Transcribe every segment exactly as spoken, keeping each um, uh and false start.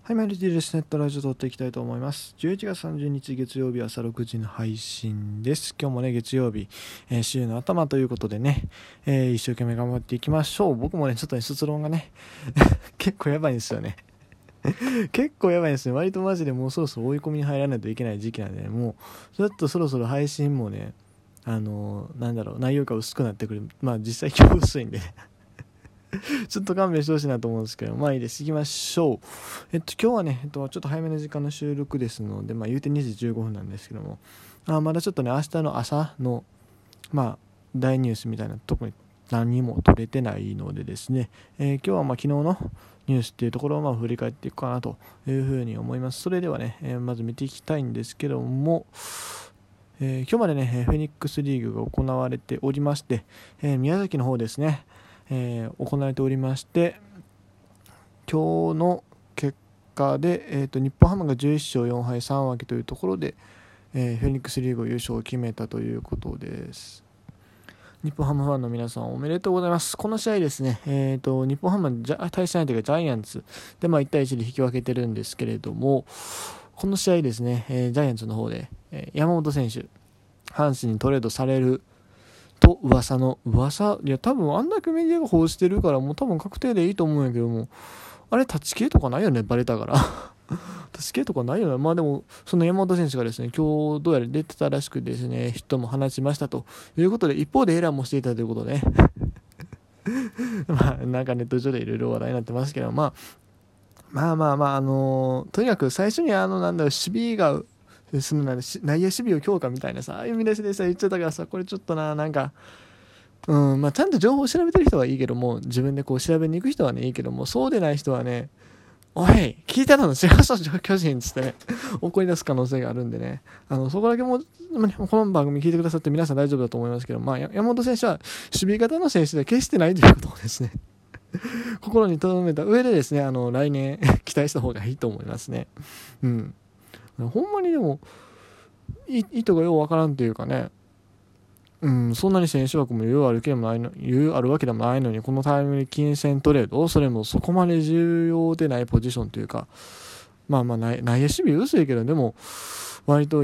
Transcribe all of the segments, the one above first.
はい、マイルティレスネットラジオ撮っていきたいと思います。じゅういちがつさんじゅうにち月曜日朝ろくじの配信です。今日もね、月曜日、えー、週の頭ということでね、えー、一生懸命頑張っていきましょう。僕もね、ちょっとね、卒論がね、結構やばいんですよね。結構やばいんですね。割とマジでもうそろそろ追い込みに入らないといけない時期なんでね、もう、ちょっとそろそろ配信もね、あのー、なんだろう、内容が薄くなってくる。まあ実際今日薄いんでね。ちょっと勘弁してほしいなと思うんですけど、まあいいです。行きましょう。えっと、今日はね、えっと、ちょっと早めの時間の収録ですので、まあ言うてにじじゅうごふんなんですけども、あまだちょっとね、明日の朝の、まあ、大ニュースみたいな、特に何も取れてないのでですね、えー、今日はまあ昨日のニュースっていうところをまあ振り返っていくかなというふうに思います。それではね、えー、まず見ていきたいんですけども、えー、今日までね、フェニックスリーグが行われておりまして、えー、宮崎の方ですね、えー、行われておりまして、今日の結果で、えー、と日本ハムがじゅういっしょうよんはいさんわけというところで、えー、フェニックスリーグ優勝を決めたということです。日本ハムファンの皆さんおめでとうございます。この試合ですね、えー、と日本ハムの対戦相手がジャイアンツで、まあ、いちたいいちで引き分けてるんですけれども、この試合ですね、えー、ジャイアンツの方で、えー、山本選手阪神にトレードされると噂の噂いや多分あんだけメディアが報じてるからもう多分確定でいいと思うんやけども、あれタッチ系とかないよね、バレたからタッチ系とかないよね。まあでもその山本選手がですね、今日どうやら出てたらしくですね、ヒットも放ちましたということで、一方でエラーもしていたということでねまあなんかネット上でいろいろ話題になってますけど、まあまあまあまああのー、とにかく最初にあのなんだろう守備がその内野守備を強化みたいなさ、ああいう見出しでさ言っちゃったからさ、これちょっとな、なんかうんまあちゃんと情報を調べてる人はいいけども、自分でこう調べに行く人はねいいけども、そうでない人はね、おい聞いてたの違うぞ巨人つってね怒り出す可能性があるんでね、あのそこだけも、まあ、この番組聞いてくださって皆さん大丈夫だと思いますけど、まあ山本選手は守備型の選手で決してないということをですね心に留めた上でですね、あの来年期待した方がいいと思いますね。うんほんまにでも意図がようわからんというかね、うん、そんなに選手枠も余裕あるけでもないの、余裕あるわけでもないのに、このタイムリー金銭トレード、それもそこまで重要でないポジションというか、まあまあ内野守備薄いけど、でも割と、うん、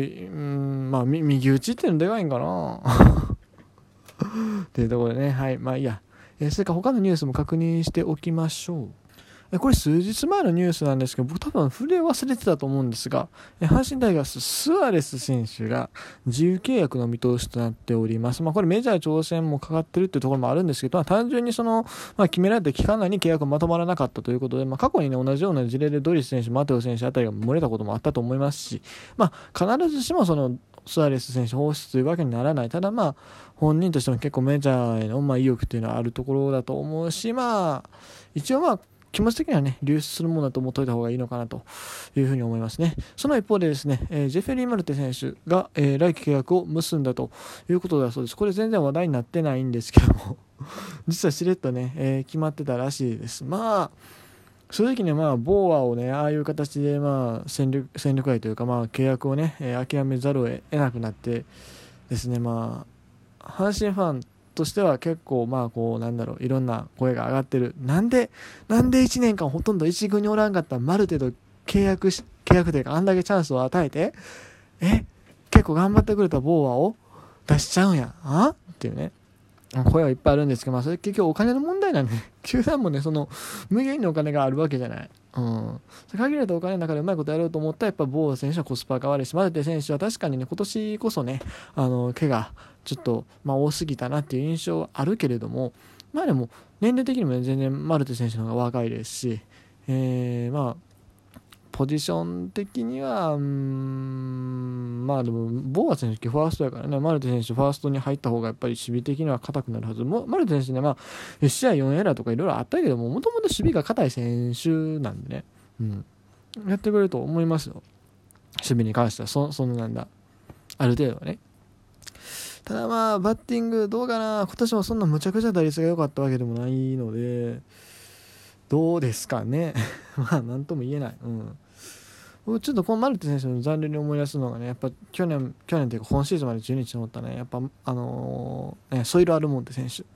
まあ右打ちっていうのでかいんかなっていうところでね、はい、まあいいや。えー、それから他のニュースも確認しておきましょう。これ数日前のニュースなんですけど、僕多分触れ忘れてたと思うんですが、阪神タイガーススアレス選手が自由契約の見通しとなっております。まあこれメジャー挑戦もかかってるっていうところもあるんですけど、まあ、単純にその、まあ、決められた期間内に契約がまとまらなかったということで、まあ過去にね同じような事例でドリス選手、マテオ選手あたりが漏れたこともあったと思いますし、まあ必ずしもそのスアレス選手放出というわけにならない。ただまあ本人としても結構メジャーへのまあ意欲っていうのはあるところだと思うし、まあ一応まあ気持ち的にはね流出するものだと思っといた方がいいのかなというふうに思いますね。その一方でですね、えー、ジェフェリー・マルテ選手が、えー、来季契約を結んだということだそうです。これ全然話題になってないんですけども実はしれっとね、えー、決まってたらしいです。まあ正直ね、まあボーアをねああいう形でまあ戦力戦力外というかまあ契約をね、えー、諦めざるを得なくなってですね、まあ阪神ファンとしては結構まあこうなんだろう、いろんな声が上がってる。なんでなんでいちねんかんほとんど一軍におらんかったマルテと契約し契約というかあんだけチャンスを与えて、え結構頑張ってくれたボーアを出しちゃうんやあっていうね声はいっぱいあるんですけど、まあそれ結局お金の問題なんで、球団もねその無限にお金があるわけじゃない。うん、限られたお金の中でうまいことやろうと思ったらやっぱボー選手はコスパが悪いし、マルテ選手は確かにね今年こそねあの怪我ちょっとまあ多すぎたなっていう印象はあるけれども、まあでも年齢的にも、ね、全然マルテ選手の方が若いですし、えー、まあポジション的にはうーんまあでもボーア選手ファーストやからね、マルテ選手ファーストに入った方がやっぱり守備的には硬くなるはず。もマルテ選手ね、まあいち試合よんエラーとかいろいろあったけども、もともと守備が硬い選手なんでね、うん、やってくれると思いますよ。守備に関してはそそのなんだある程度はね。ただまあバッティングどうかな、今年もそんなむちゃくちゃ打率が良かったわけでもないのでどうですかねまあなんとも言えない。うんちょっとこのマルテ選手の残留に思い出すのがね、やっぱ去年去年というか今シーズンまでじゅうにち乗ったね、やっぱあのーね、ソイル・アルモンテ選手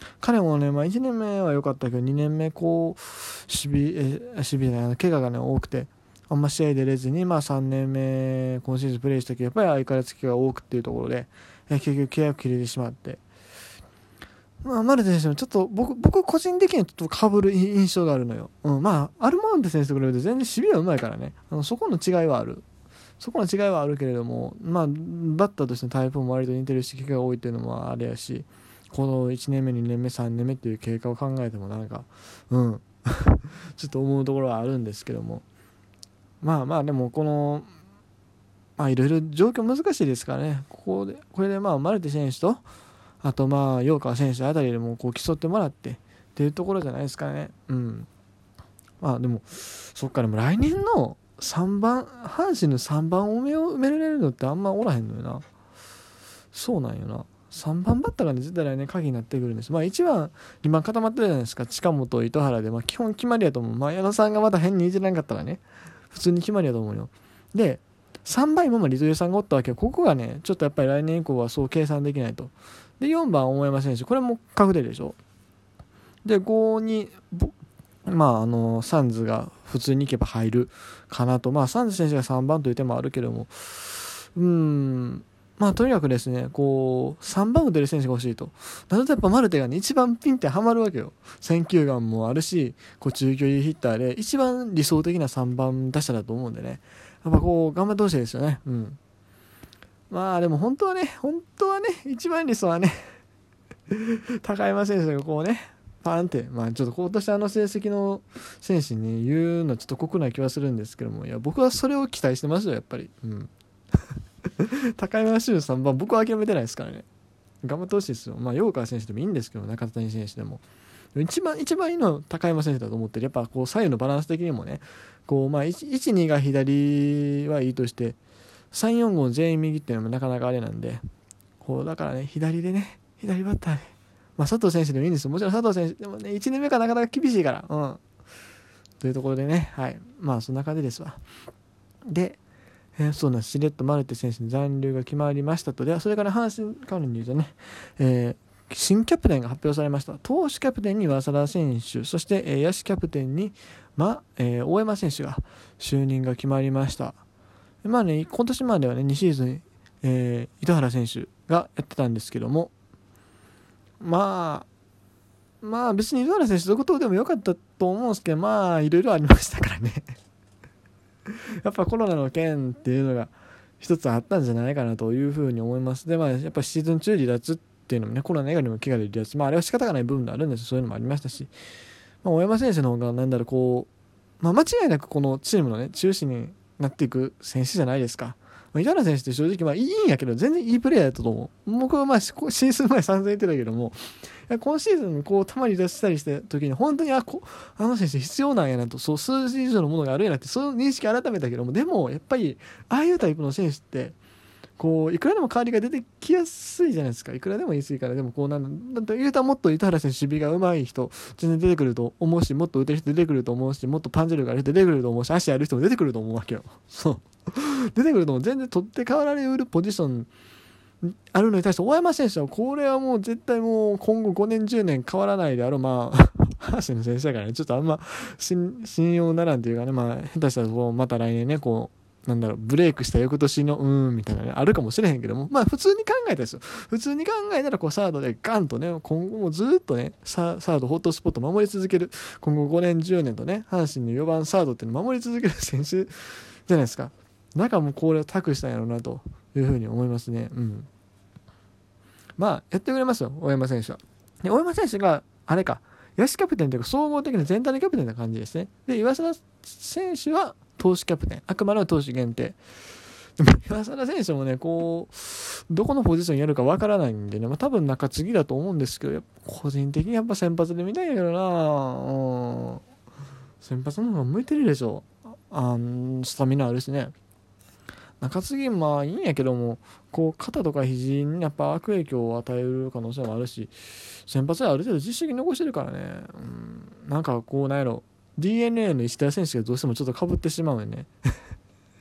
彼もね、まあ、いちねんめは良かったけどにねんめこうしびえしびれない怪我がね多くてあんま試合出れずに、まあ、さんねんめ今シーズンプレーしたけどやっぱり相変わらず怪我が多くっていうところで、え結局契約切れてしまって、まあ、マルテ選手もちょっと僕僕個人的にはちょっと被る印象があるのよ、うん、まあアルモンテ選手と比べると全然守備はうまいからね、あのそこの違いはあるそこの違いはあるけれども、まあ、バッターとしてのタイプも割と似てるし怪我が多いっていうのもあれやし、このいちねんめにねんめさんねんめっていう経過を考えてもなんかうんちょっと思うところはあるんですけども、まあまあでもこのまあいろいろ状況難しいですからね、ここでこれでまあマルテ選手とあとまあ陽川選手あたりでもこう競ってもらってっていうところじゃないですかね。うん。まあでもそっからも来年のさんばん阪神のさんばんを埋められるのってあんまおらへんのよな。そうなんよな。さんばんバッターがね絶対来年鍵になってくるんです。まあいちばん今固まってるじゃないですか、近本糸原で、まあ基本決まりやと思う。まあ矢野さんがまた変にいじらなかったらね普通に決まりやと思うよ。でさんばん今まで糸井さんがおったわけよ。ここがねちょっとやっぱり来年以降はそう計算できないと。でよんばん大山選手、これも確定でしょ。でごにまああのサンズが普通に行けば入るかなと。まあサンズ選手がさんばんという手もあるけども、うーんまあとにかくですね、こうさんばん打てる選手が欲しいと。なのでやっぱマルテがね一番ピンってはまるわけよ。選球眼もあるし、こう中距離ヒッターで一番理想的なさんばん打者だと思うんでね、やっぱこう頑張ってほしいですよね。うん。まあでも本当はね本当はね一番理想はね高山選手がこうねパーンって、まあちょっと今年あの成績の選手に言うのちょっと酷な気はするんですけども、いや僕はそれを期待してますよやっぱり。うん高山俊さんばん僕は諦めてないですからね、頑張ってほしいですよ。まあ陽川選手でもいいんですけど、中谷選手でも一番一番いいのは高山選手だと思ってる。やっぱこう左右のバランス的にもね、こうまあいちにが左はいいとしてさんよんご全員右っていうのもなかなかあれなんで、こうだからね左でね左バッターで、まあ、佐藤選手でもいいんですよ。もちろん佐藤選手でもねいちねんめからなかなか厳しいからうんというところでね、はいまあそんな感じですわ。でえー、そうなんです。しれっとマルテ選手の残留が決まりましたと。ではそれから阪神関連に言うとね、えー、新キャプテンが発表されました。投手キャプテンに早稲田選手、そして、えー、野手キャプテンに、まえー、大山選手が就任が決まりました。まあね、今年まではねにシーズン、えー、糸原選手がやってたんですけども、まあまあ別に糸原選手どことでもよかったと思うんですけど、まあいろいろありましたからねやっぱコロナの件っていうのが一つあったんじゃないかなというふうに思います。でまあやっぱシーズン中離脱っていうのもね、コロナ以外にも怪我で離脱、まああれは仕方がない部分があるんです。そういうのもありましたし、まあ、大山選手の方がなんだろうこう、まあ、間違いなくこのチームのね中心になっていく選手じゃないですか。まあ、板原選手って正直まあいいんやけど全然いいプレーヤーだったと思う。僕はまあシーズン前散々言ってたけども、今シーズンこうたまに出したりした時に本当にあこあの選手必要なんやなと、そう数字以上のものがあるんやなってそういう認識改めたけども、でもやっぱりああいうタイプの選手ってこういくらでも代わりが出てきやすいじゃないですか。いくらでも言い過ぎから、でもこうなんだと言うたらもっと糸原選手守備が上手い人全然出てくると思うし、もっと打てる人出てくると思うし、もっとパンチ力がある人出てくると思うし、足ある人も出てくると思うわけよ。そう出てくるとも全然取って代わられうるポジションあるのに対して大山選手はこれはもう絶対もう今後ごねんじゅうねん変わらないであろう、まあ阪神の選手だからねちょっとあんま信用ならんというかね、まあ下手したらこうまた来年ねこうなんだろうブレイクした翌年のうーんみたいなねあるかもしれへんけども、まあ普通に考えたですよ。普通に考えたらこうサードでガンとね今後もずっとねサードホットスポット守り続ける、今後ごねんじゅうねんとね阪神のよばんサードっていうのを守り続ける選手じゃないですか。だからもうこれを託したんやろうなというふうに思いますね。うんまあやってくれますよ大山選手は。で大山選手があれか野手キャプテンというか総合的な全体のキャプテンな感じですね。で岩貞選手は投手キャプテン、あくまでも投手限定。でも岩貞選手もねこうどこのポジションやるかわからないんでね、まあ、多分中継ぎだと思うんですけど、やっぱ個人的にやっぱ先発で見たいんやけどな、うん、先発の方が向いてるでしょ。あスタミナあるしね。中継ぎまあいいんやけども、こう肩とか肘にやっぱ悪影響を与える可能性もあるし、先発はある程度実績残してるからね、うん、なんかこうなんやろ ディーエヌエー の石田選手がどうしてもちょっと被ってしまうよね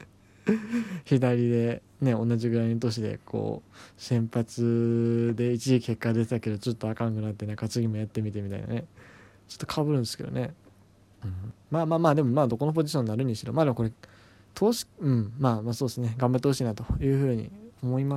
左でね同じぐらいの年でこう先発で一時結果出てたけどちょっとあかんくなってなんか次もやってみてみたいなね、ちょっと被るんですけどね、うん、まあまあまあでもまあどこのポジションになるにしろまあでもこれ投資うんまあまあそうですね、頑張ってほしいなというふうに思います。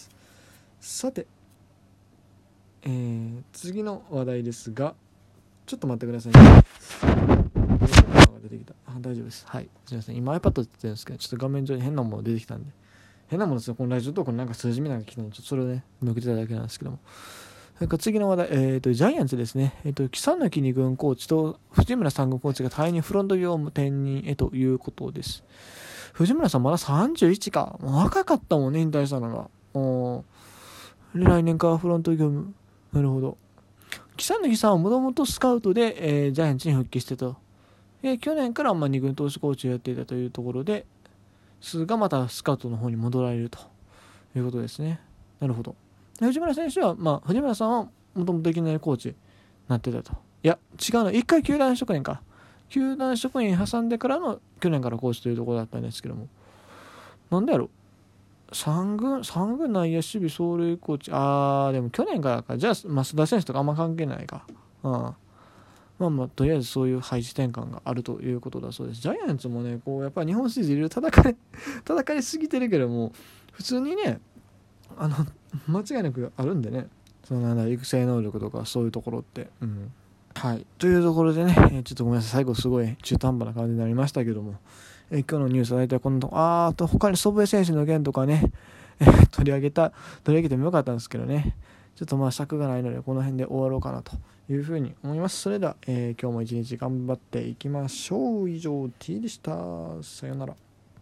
さて、えー、次の話題ですが、ちょっと待ってくださいね。出てきた。あ、大丈夫です。はい。すみません。今 iPad って言ってるんですけど、ちょっと画面上に変なもの出てきたんで。変なものですね。このラジオトークのなんか数字みたいなのが来たので、ちょっとそれをね、抜けてただけなんですけども。それから次の話題、えーと、ジャイアンツですね。えっ、ー、と、木更木二軍コーチと藤村三軍コーチが退任フロント業務転任へということです。藤村さんまださんじゅういちか。もう若かったもんね、引退したのが。おで来年からフロント業務。なるほど。木更木さんはもともとスカウトで、えー、ジャイアンツに復帰してと。で去年からまあに軍投手コーチをやっていたというところですが、またスカウトの方に戻られるということですね。なるほど。藤村選手は、まあ、藤村さんはもともといきなりコーチになってたと。いや、違うの。一回球団職員か。球団職員挟んでからの去年からコーチというところだったんですけども。なんでやろ三軍、三軍内野守備走塁コーチ。あー、でも去年からか。じゃあ、増田選手とかあんま関係ないか。うん。まあまあ、とりあえずそういう配置転換があるということだそうです。ジャイアンツもね、こう、やっぱり日本シリーズいろいろ戦い、戦いすぎてるけども、普通にね、あの、間違いなくあるんでね、そのなんだ、育成能力とかそういうところって、うん。はい。というところでね、ちょっとごめんなさい。最後すごい中途半端な感じになりましたけども、え今日のニュースは大体このとこ、あーあと他に祖父江選手の件とかね、え取り上げた、取り上げてもよかったんですけどね、ちょっとまあ尺がないのでこの辺で終わろうかなというふうに思います。それでは、えー、今日も一日頑張っていきましょう。以上 T でした。さようなら。